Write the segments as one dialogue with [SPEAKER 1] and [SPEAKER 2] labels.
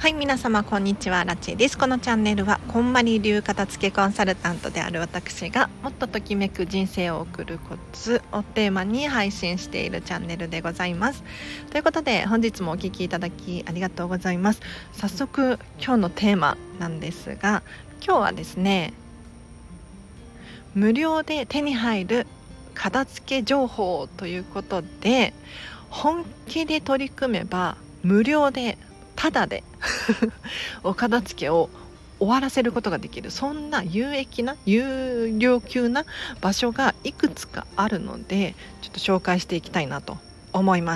[SPEAKER 1] はい、皆様こんにちは、ラチェです。このチャンネルはこんまり流片付けコンサルタントである私がもっとときめく人生を送るコツをテーマに配信しているチャンネルでございます。ということで本日もお聞きいただきありがとうございます。早速今日のテーマなんですが、今日はですね、無料で手に入る片付け情報ということで、本気で取り組めば無料でタダでお片付けを終わらせることができる、そんな有料級な場所がいくつかあるので、ちょっと紹介していきたいなと思います。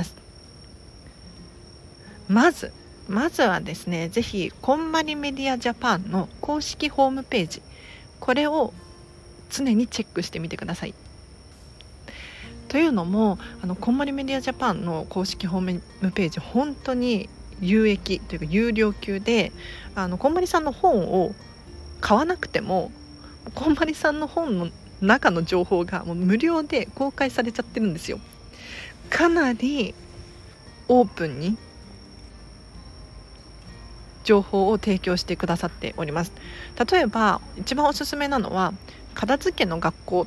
[SPEAKER 1] まずはですね、ぜひこんまりメディアジャパンの公式ホームページ、これを常にチェックしてみてください。というのも、こんまりメディアジャパンの公式ホームページ、本当に有益というか有料級で、こんまりさんの本を買わなくても、こんまりさんの本の中の情報がもう無料で公開されちゃってるんですよ。かなりオープンに情報を提供してくださっております。例えば一番おすすめなのは、片付けの学校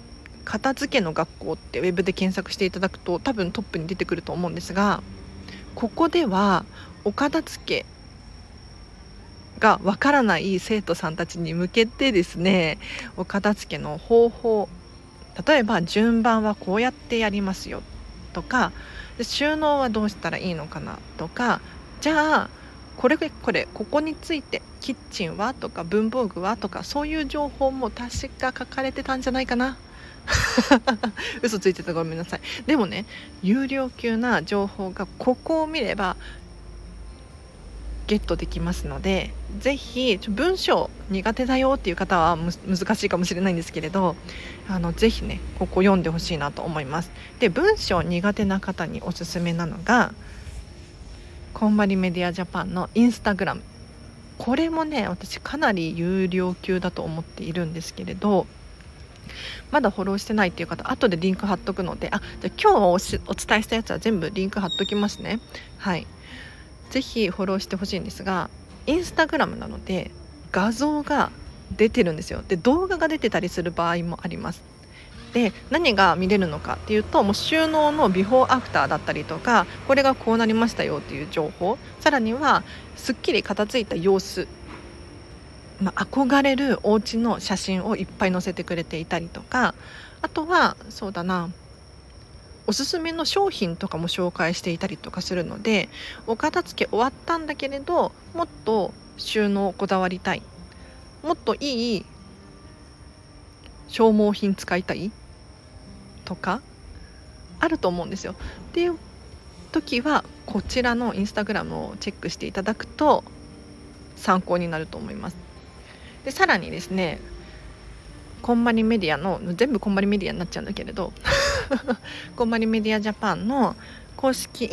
[SPEAKER 1] ってウェブで検索していただくと多分トップに出てくると思うんですが、ここではお片付けがわからない生徒さんたちに向けてですね、お片付けの方法、例えば順番はこうやってやりますよとか、収納はどうしたらいいのかなとか、じゃあここについてキッチンはとか文房具はとか、そういう情報も確か書かれてたんじゃないかな嘘ついてたらごめんなさい。でもね、有料級な情報がここを見ればゲットできますので、ぜひ文章苦手だよっていう方は難しいかもしれないんですけれど、ぜひねここ読んでほしいなと思います。で、文章苦手な方におすすめなのがこんまりメディアジャパンのインスタグラム。これもね、私かなり有料級だと思っているんですけれど、まだフォローしてないっていう方、後でリンク貼っとくので、じゃあ今日お伝えしたやつは全部リンク貼っときますね。はい、ぜひフォローしてほしいんですが、インスタグラムなので画像が出てるんですよ。で、動画が出てたりする場合もあります。で、何が見れるのかっていうと、もう収納のビフォーアフターだったりとか、これがこうなりましたよっていう情報、さらにはすっきり片付いた様子、憧れるお家の写真をいっぱい載せてくれていたりとか、あとはそうだな、おすすめの商品とかも紹介していたりとかするので、お片付け終わったんだけれどもっと収納こだわりたい、もっといい消耗品使いたいとかあると思うんですよ。っていう時はこちらのインスタグラムをチェックしていただくと参考になると思います。で、さらにですね、こんまりメディアの全部こんまりメディアになっちゃうんだけれどこんまりメディアジャパンの公式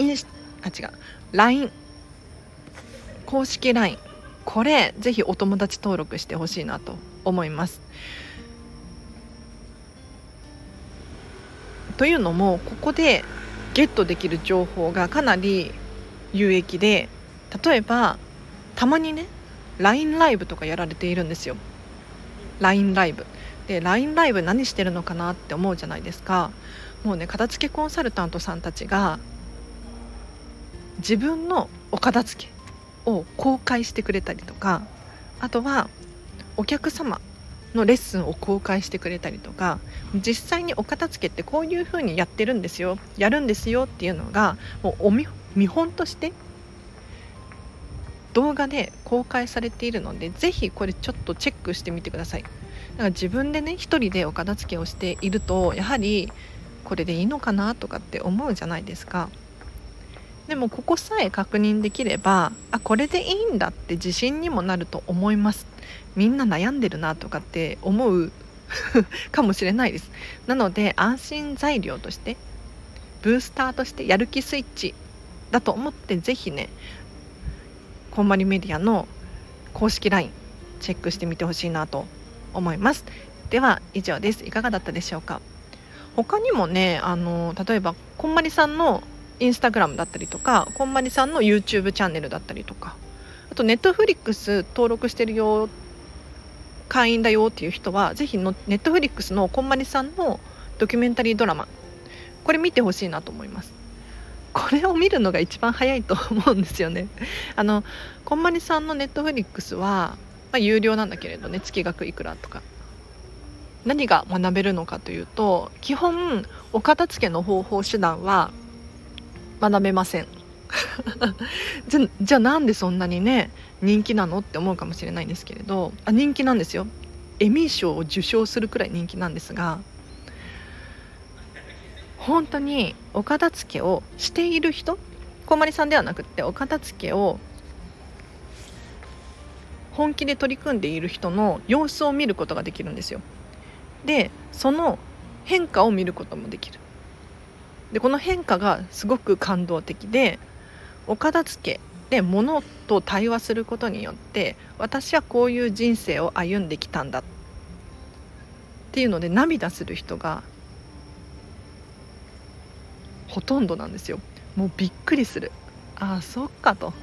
[SPEAKER 1] LINE 公式 LINE、 これぜひお友達登録してほしいなと思います。というのも、ここでゲットできる情報がかなり有益で、例えばたまにね LINE ライブとかやられているんですよ。 LINE ライブで、 LINE ライブ何してるのかなって思うじゃないですか。もうね、片付けコンサルタントさんたちが自分のお片付けを公開してくれたりとか、あとはお客様のレッスンを公開してくれたりとか、実際にお片付けってこういう風にやるんですよっていうのがもう見本として動画で公開されているので、ぜひこれちょっとチェックしてみてください。だから自分でね一人でお片付けをしていると、やはりこれでいいのかなとかって思うじゃないですか。でもここさえ確認できれば、これでいいんだって自信にもなると思います。みんな悩んでるなとかって思うかもしれないです。なので安心材料として、ブースターとしてやる気スイッチだと思って、ぜひねこんまりメディアの公式 LINE チェックしてみてほしいなと思います。では以上です。いかがだったでしょうか。他にもね、例えばこんまりさんのインスタグラムだったりとか、こんまりさんの YouTube チャンネルだったりとか、 あとネットフリックス登録してるよ、会員だよっていう人はぜひネットフリックスのこんまりさんのドキュメンタリードラマ、これ見てほしいなと思います。これを見るのが一番早いと思うんですよね。こんまりさんのネットフリックスは、有料なんだけれどね、月額いくらとか。何が学べるのかというと、基本お片付けの方法手段は学べません。じゃあなんでそんなにね人気なのって思うかもしれないんですけれど、人気なんですよ。エミー賞を受賞するくらい人気なんですが、本当にお片付けをしている人、こんまりさんではなくってお片付けを本気で取り組んでいる人の様子を見ることができるんですよ。でその変化を見ることもできる。でこの変化がすごく感動的で、お片付けで物と対話することによって私はこういう人生を歩んできたんだっていうので涙する人がほとんどなんですよ。もうびっくりする。そっかと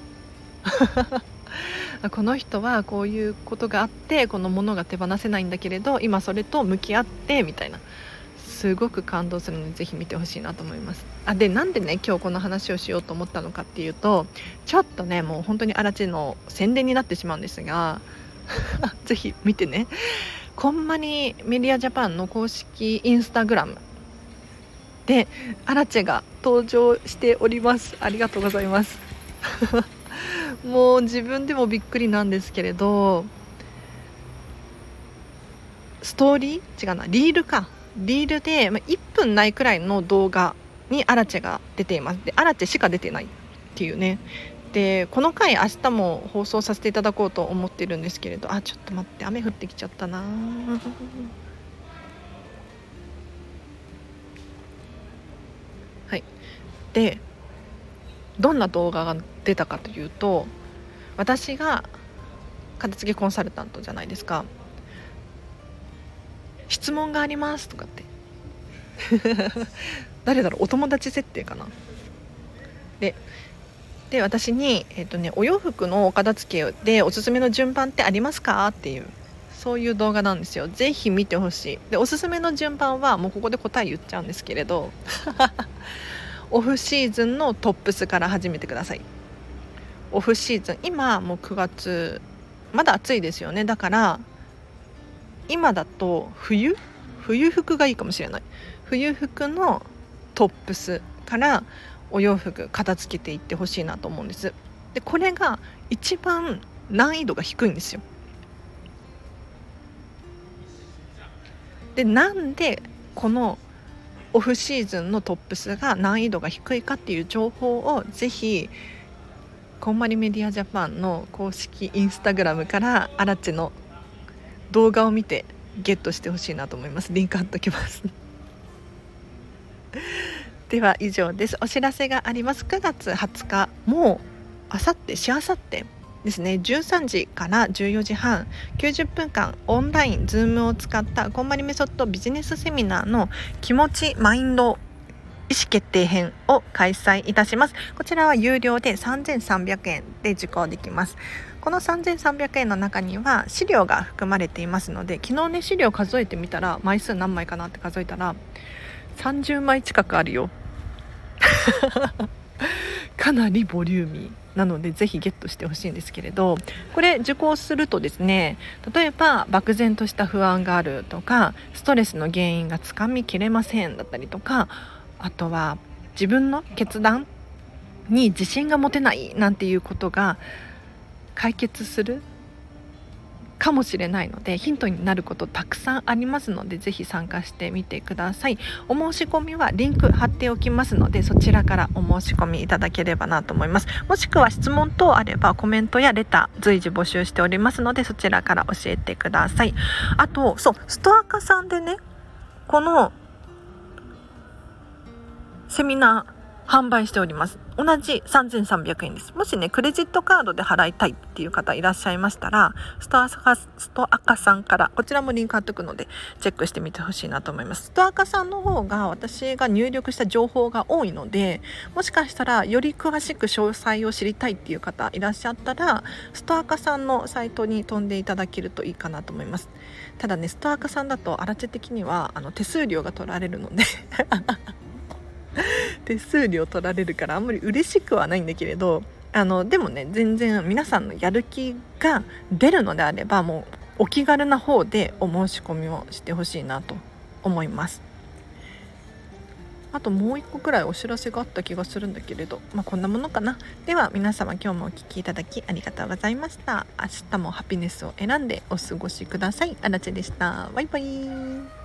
[SPEAKER 1] この人はこういうことがあってこのものが手放せないんだけれど今それと向き合ってみたいな、すごく感動するのでぜひ見てほしいなと思います。でなんでね今日この話をしようと思ったのかっていうと、ちょっとねもう本当にあらちの宣伝になってしまうんですがぜひ見てね。こんまりメディアジャパンの公式インスタグラムでアラチェが登場しております。ありがとうございますもう自分でもびっくりなんですけれど、ストーリー違うな、リールで、1分ないくらいの動画にアラチェが出ています。でアラチェしか出てないっていうね。でこの回明日も放送させていただこうと思ってるんですけれど、ちょっと待って、雨降ってきちゃったなはい。でどんな動画が出たかというと、私が片付けコンサルタントじゃないですか。質問がありますとかって誰だろう、お友達設定かな。で私に、お洋服のお片付けでおすすめの順番ってありますかっていう、そういう動画なんですよ。ぜひ見てほしい。でおすすめの順番はもうここで答え言っちゃうんですけれどオフシーズンのトップスから始めてください。オフシーズン、今もう9月、まだ暑いですよね。だから今だと冬服がいいかもしれない。冬服のトップスからお洋服片付けていってほしいなと思うんです。でこれが一番難易度が低いんですよ。でなんでこのオフシーズンのトップスが難易度が低いかっていう情報をぜひこんまりメディアジャパンの公式インスタグラムからアラチェの動画を見てゲットしてほしいなと思います。リンク貼っときますでは以上です。お知らせがあります。9月20日、もうあさってしあさってですね、13時から14時半90分間オンラインズームを使ったこんまりメソッドビジネスセミナーの気持ちマインド意思決定編を開催いたします。こちらは有料で3300円で受講できます。この3300円の中には資料が含まれていますので、昨日ね資料数えてみたら枚数何枚かなって数えたら30枚近くあるよかなりボリューミーなのでぜひゲットしてほしいんですけれど、これ受講するとですね、例えば漠然とした不安があるとか、ストレスの原因がつかみきれませんだったりとか、あとは自分の決断に自信が持てないなんていうことが解決するかもしれないので、ヒントになることたくさんありますのでぜひ参加してみてください。お申し込みはリンク貼っておきますのでそちらからお申し込みいただければなと思います。もしくは質問等あればコメントやレター随時募集しておりますのでそちらから教えてください。あとストアカさんでねこのセミナー販売しております。同じ3300円です。もしねクレジットカードで払いたいっていう方いらっしゃいましたら、ストアカさんから、こちらもリンク貼っとくのでチェックしてみてほしいなと思います。ストアカさんの方が私が入力した情報が多いので、もしかしたらより詳しく詳細を知りたいっていう方いらっしゃったら、ストアカさんのサイトに飛んでいただけるといいかなと思います。ただね、ストアカさんだとアラチェ的には手数料が取られるので手数料取られるからあんまり嬉しくはないんだけれど、でもね全然皆さんのやる気が出るのであれば、もうお気軽な方でお申し込みをしてほしいなと思います。あともう一個くらいお知らせがあった気がするんだけれど、こんなものかな。では皆様、今日もお聞きいただきありがとうございました。明日もハピネスを選んでお過ごしください。あらちでした。バイバイ。